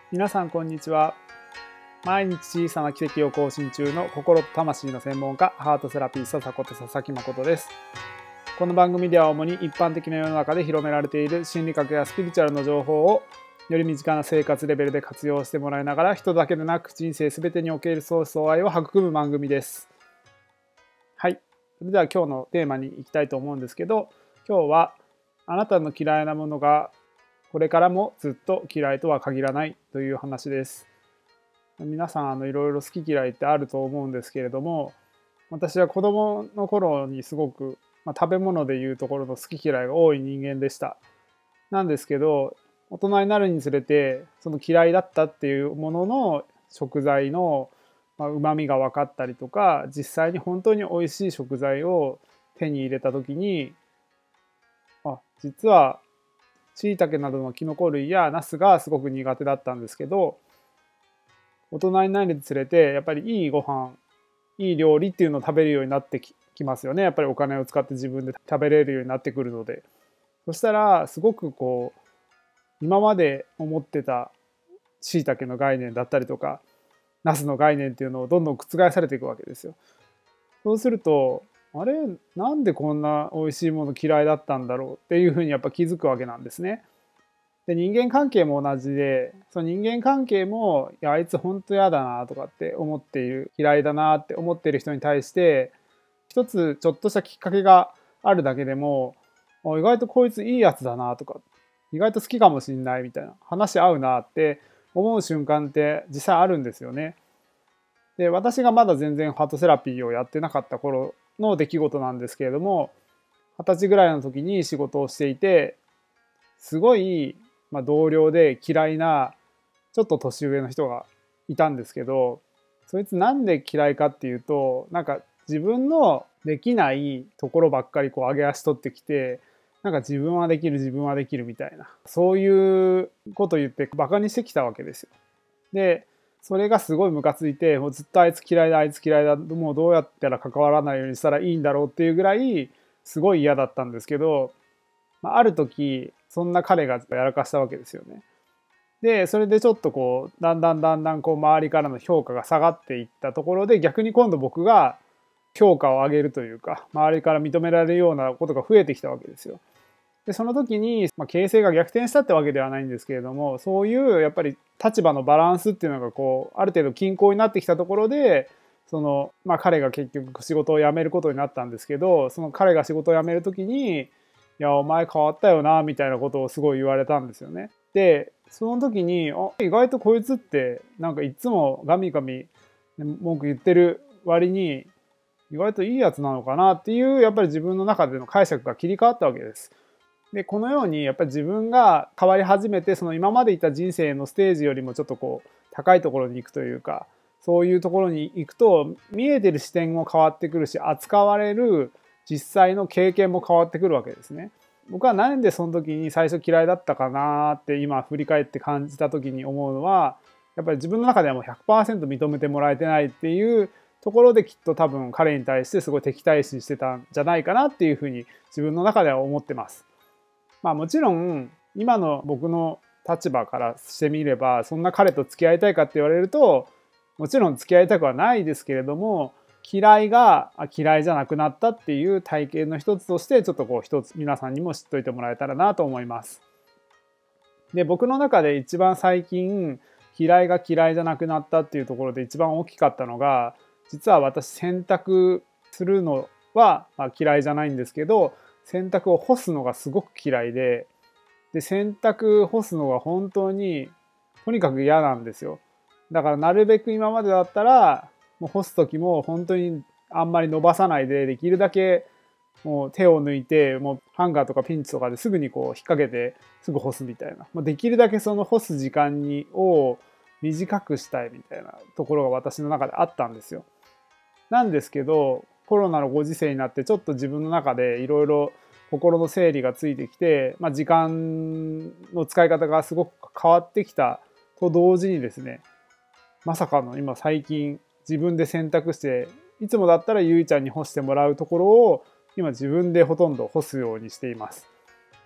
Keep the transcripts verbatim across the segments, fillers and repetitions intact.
皆さんこんにちは。毎日小さな奇跡を更新中の心と魂の専門家、ハートセラピスト佐こと佐々木誠です。この番組では主に一般的な世の中で広められている心理学やスピリチュアルの情報をより身近な生活レベルで活用してもらいながら、人だけでなく人生すべてにおける相思相愛を育む番組です。はい、それでは今日のテーマに行きたいと思うんですけど、今日はあなたの嫌いなものがこれからもずっと嫌いとは限らないという話です。皆さんあのいろいろ好き嫌いってあると思うんですけれども、私は子供の頃にすごく、まあ、食べ物でいうところの好き嫌いが多い人間でした。なんですけど、大人になるにつれてその嫌いだったっていうものの食材のうまみが分かったりとか、実際に本当に美味しい食材を手に入れた時に、あ、実は椎茸などのキノコ類やナスがすごく苦手だったんですけど、大人になるにつれてやっぱりいいご飯、いい料理っていうのを食べるようになってきますよね。やっぱりお金を使って自分で食べれるようになってくるので。そしたらすごくこう今まで思ってた椎茸の概念だったりとかナスの概念っていうのをどんどん覆されていくわけですよ。そうすると、あれなんでこんな美味しいもの嫌いだったんだろうっていうふうにやっぱ気づくわけなんですね。で人間関係も同じで、その人間関係もいやあいつ本当嫌だなとかって思っている、嫌いだなって思っている人に対して一つちょっとしたきっかけがあるだけでも、意外とこいついいやつだなとか、意外と好きかもしんないみたいな、話合うなって思う瞬間って実際あるんですよね。で私がまだ全然ハートセラピーをやってなかった頃の出来事なんですけれども、二十歳ぐらいの時に仕事をしていて、すごい、まあ、同僚で嫌いなちょっと年上の人がいたんですけど、そいつなんで嫌いかっていうと、なんか自分のできないところばっかりこう上げ足取ってきて、なんか自分はできる自分はできるみたいな、そういうこと言ってバカにしてきたわけですよ。でそれがすごいムカついて、もうずっとあいつ嫌いだあいつ嫌いだ、もうどうやったら関わらないようにしたらいいんだろうっていうぐらいすごい嫌だったんですけど、ある時そんな彼がやらかしたわけですよね。でそれでちょっとこうだんだんだんだんこう周りからの評価が下がっていったところで、逆に今度僕が評価を上げるというか、周りから認められるようなことが増えてきたわけですよ。でその時に、まあ、形勢が逆転したってわけではないんですけれども、そういうやっぱり立場のバランスっていうのがこうある程度均衡になってきたところで、その、まあ、彼が結局仕事を辞めることになったんですけど、その彼が仕事を辞める時に「いやお前変わったよな」みたいなことをすごい言われたんですよね。でその時に、あ、意外とこいつってなんかいつもガミガミ文句言ってる割に意外といいやつなのかなっていう、やっぱり自分の中での解釈が切り替わったわけです。でこのようにやっぱり自分が変わり始めて、その今までいた人生のステージよりもちょっとこう高いところに行くというか、そういうところに行くと見えてる視点も変わってくるし、扱われる実際の経験も変わってくるわけですね。僕は何でその時に最初嫌いだったかなって今振り返って感じた時に思うのは、やっぱり自分の中ではもう ひゃくパーセント 認めてもらえてないっていうところで、きっと多分彼に対してすごい敵対視してたんじゃないかなっていうふうに自分の中では思ってます。まあもちろん今の僕の立場からしてみれば、そんな彼と付き合いたいかって言われるともちろん付き合いたくはないですけれども、嫌いが嫌いじゃなくなったっていう体験の一つとして、ちょっとこう一つ皆さんにも知っといてもらえたらなと思います。で僕の中で一番最近嫌いが嫌いじゃなくなったっていうところで一番大きかったのが、実は私洗濯するのは、まあ、嫌いじゃないんですけど、洗濯を干すのがすごく嫌いで、で洗濯干すのが本当にとにかく嫌なんですよ。だからなるべく今までだったらもう干す時も本当にあんまり伸ばさないで、できるだけもう手を抜いて、もうハンガーとかピンチとかですぐにこう引っ掛けてすぐ干すみたいな、もうできるだけその干す時間にを短くしたいみたいなところが私の中であったんですよ。なんですけどコロナのご時世になってちょっと自分の中でいろいろ心の整理がついてきて、まあ、時間の使い方がすごく変わってきたと同時にですね、まさかの今最近自分で洗濯して、いつもだったらゆいちゃんに干してもらうところを今自分でほとんど干すようにしています。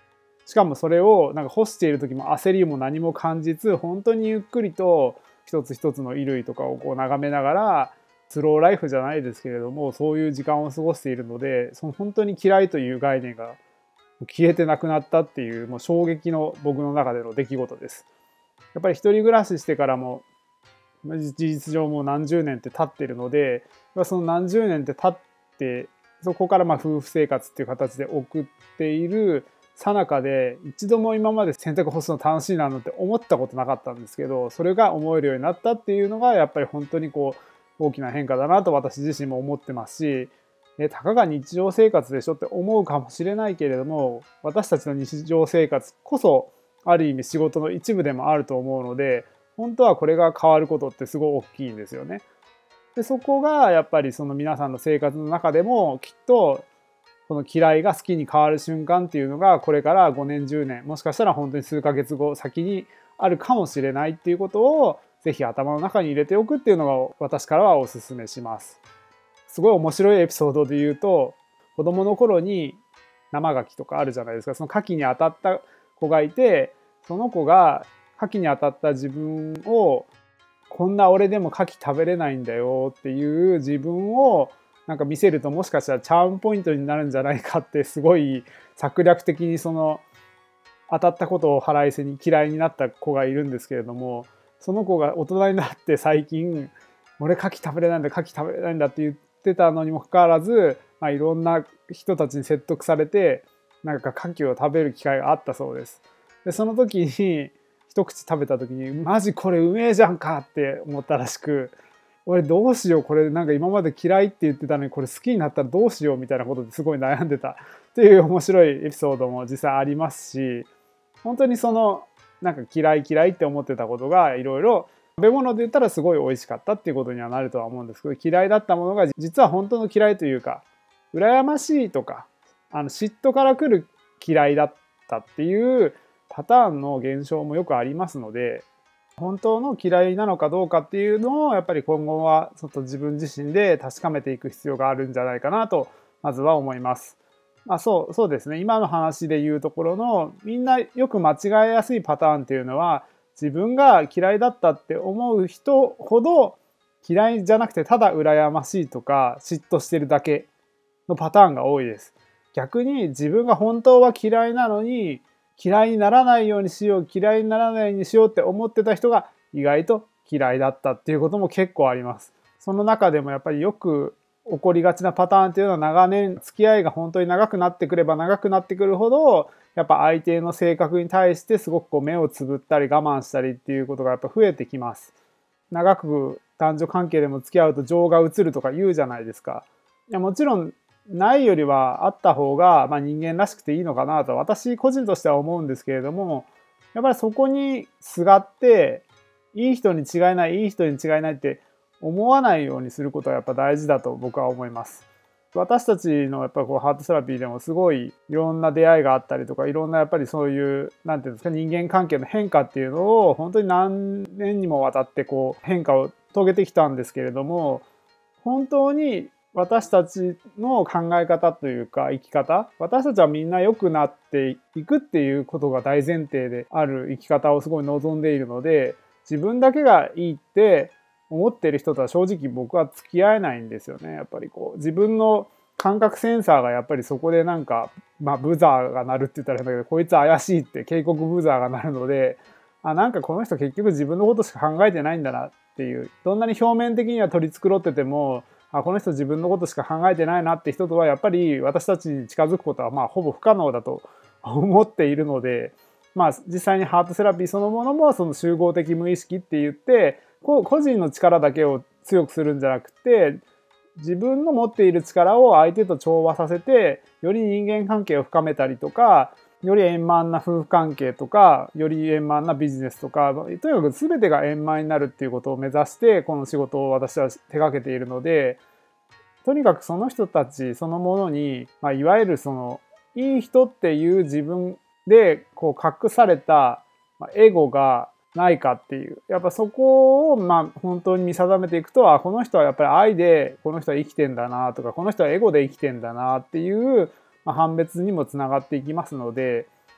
しかもそれをなんか干している時も焦りも何も感じず、本当にゆっくりと一つ一つの衣類とかをこう眺めながら、スローライフじゃないですけれども、そういう時間を過ごしているので、その本当に嫌いという概念が消えてなくなったっていう、もう衝撃の僕の中での出来事です。やっぱり一人暮らししてからも事実上もう何十年って経ってるので、その何十年って経ってそこからまあ夫婦生活っていう形で送っている最中で、一度も今まで洗濯干すの楽しいななんて思ったことなかったんですけど、それが思えるようになったっていうのがやっぱり本当にこう大きな変化だなと私自身も思ってますし、えたかが日常生活でしょって思うかもしれないけれども、私たちの日常生活こそある意味仕事の一部でもあると思うので、本当はこれが変わることってすごい大きいんですよね。でそこがやっぱりその皆さんの生活の中でもきっとこの嫌いが好きに変わる瞬間っていうのがこれからごねんじゅうねん、もしかしたら本当に数ヶ月後先にあるかもしれないっていうことをぜひ頭の中に入れておくっていうのが私からはおすすめします。すごい面白いエピソードで言うと、子供の頃に生牡蠣とかあるじゃないですか。その牡蠣に当たった子がいて、その子が牡蠣に当たった自分を、こんな俺でも牡蠣食べれないんだよっていう自分をなんか見せると、もしかしたらチャームポイントになるんじゃないかって、すごい策略的にその当たったことを腹いせに嫌いになった子がいるんですけれども、その子が大人になって最近俺牡蠣食べれないんだ牡蠣食べれないんだって言ってたのにもかかわらず、まあ、いろんな人たちに説得されてなんか牡蠣を食べる機会があったそうです。でその時に一口食べた時にマジこれうめえじゃんかって思ったらしく、俺どうしようこれなんか今まで嫌いって言ってたのにこれ好きになったらどうしようみたいなことですごい悩んでたっていう面白いエピソードも実際ありますし、本当にそのなんか嫌い嫌いって思ってたことがいろいろ食べ物で言ったらすごい美味しかったっていうことにはなるとは思うんですけど、嫌いだったものが実は本当の嫌いというか羨ましいとかあの嫉妬から来る嫌いだったっていうパターンの現象もよくありますので、本当の嫌いなのかどうかっていうのをやっぱり今後はちょっと自分自身で確かめていく必要があるんじゃないかなとまずは思います。まあ、そうそうですね、今の話で言うところのみんなよく間違えやすいパターンっていうのは、自分が嫌いだったって思う人ほど嫌いじゃなくてただ羨ましいとか嫉妬してるだけのパターンが多いです。逆に自分が本当は嫌いなのに嫌いにならないようにしよう嫌いにならないようにしようって思ってた人が意外と嫌いだったっていうことも結構あります。その中でもやっぱりよく起こりがちなパターンっていうのは、長年付き合いが本当に長くなってくれば長くなってくるほどやっぱ相手の性格に対してすごくこう目をつぶったり我慢したりっていうことがやっぱ増えてきます。長く男女関係でも付き合うと情が移るとか言うじゃないですか。いやもちろんないよりはあった方が、まあ、人間らしくていいのかなと私個人としては思うんですけれども、やっぱりそこにすがっていい人に違いないいい人に違いないって思わないようにすることはやっぱ大事だと僕は思います。私たちのやっぱこうハートセラピーでもすごいいろんな出会いがあったりとか、いろんなやっぱりそういうなんていうんですか、人間関係の変化っていうのを本当に何年にもわたってこう変化を遂げてきたんですけれども、本当に私たちの考え方というか生き方、私たちはみんな良くなっていくっていうことが大前提である生き方をすごい望んでいるので、自分だけがいいって思ってる人とは正直僕は付き合えないんですよね。やっぱりこう自分の感覚センサーがやっぱりそこでなんか、まあ、ブザーが鳴るって言ったらいいんだけど、こいつ怪しいって警告ブザーが鳴るので、あなんかこの人結局自分のことしか考えてないんだなっていう、どんなに表面的には取り繕っててもあこの人自分のことしか考えてないなって人とはやっぱり私たちに近づくことはまあほぼ不可能だと思っているので、まあ実際にハートセラピーそのものもその集合的無意識って言って個人の力だけを強くするんじゃなくて、自分の持っている力を相手と調和させてより人間関係を深めたりとか、より円満な夫婦関係とかより円満なビジネスとか、とにかく全てが円満になるっていうことを目指してこの仕事を私は手掛けているので、とにかくその人たちそのものに、まあ、いわゆるそのいい人っていう自分でこう隠されたエゴがないかっていう、やっぱそこをまあ本当に見定めていくと、あこの人はやっぱり愛でこの人は生きてんだなとか、この人はエゴで生きてんだなっていう、まあ、判別にもつながっていきますので、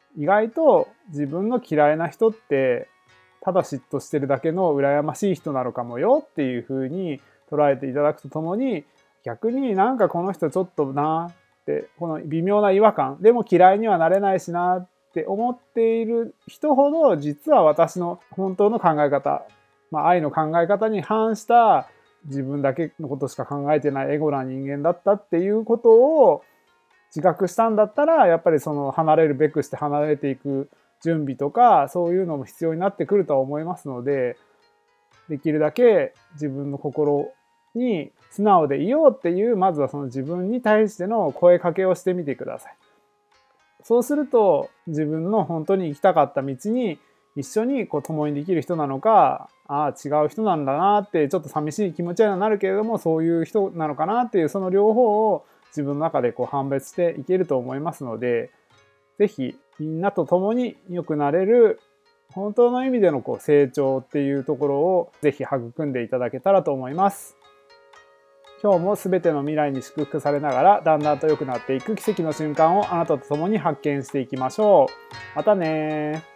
意外と自分の嫌いな人ってただ嫉妬してるだけの羨ましい人なのかもよっていう風に捉えていただくとともに、逆になんかこの人ちょっとなってこの微妙な違和感でも嫌いにはなれないしなって思っている人ほど、実は私の本当の考え方、まあ、愛の考え方に反した自分だけのことしか考えてないエゴな人間だったっていうことを自覚したんだったら、やっぱりその離れるべくして離れていく準備とかそういうのも必要になってくるとは思いますので、できるだけ自分の心に素直でいようっていう、まずはその自分に対しての声かけをしてみてください。そうすると自分の本当に行きたかった道に一緒にこう共にできる人なのか、ああ違う人なんだなってちょっと寂しい気持ちにはなるけれども、そういう人なのかなっていう、その両方を自分の中でこう判別していけると思いますので、ぜひみんなと共に良くなれる本当の意味でのこう成長っていうところをぜひ育んでいただけたらと思います。今日も全ての未来に祝福されながらだんだんと良くなっていく奇跡の瞬間をあなたと共に発見していきましょう。またね。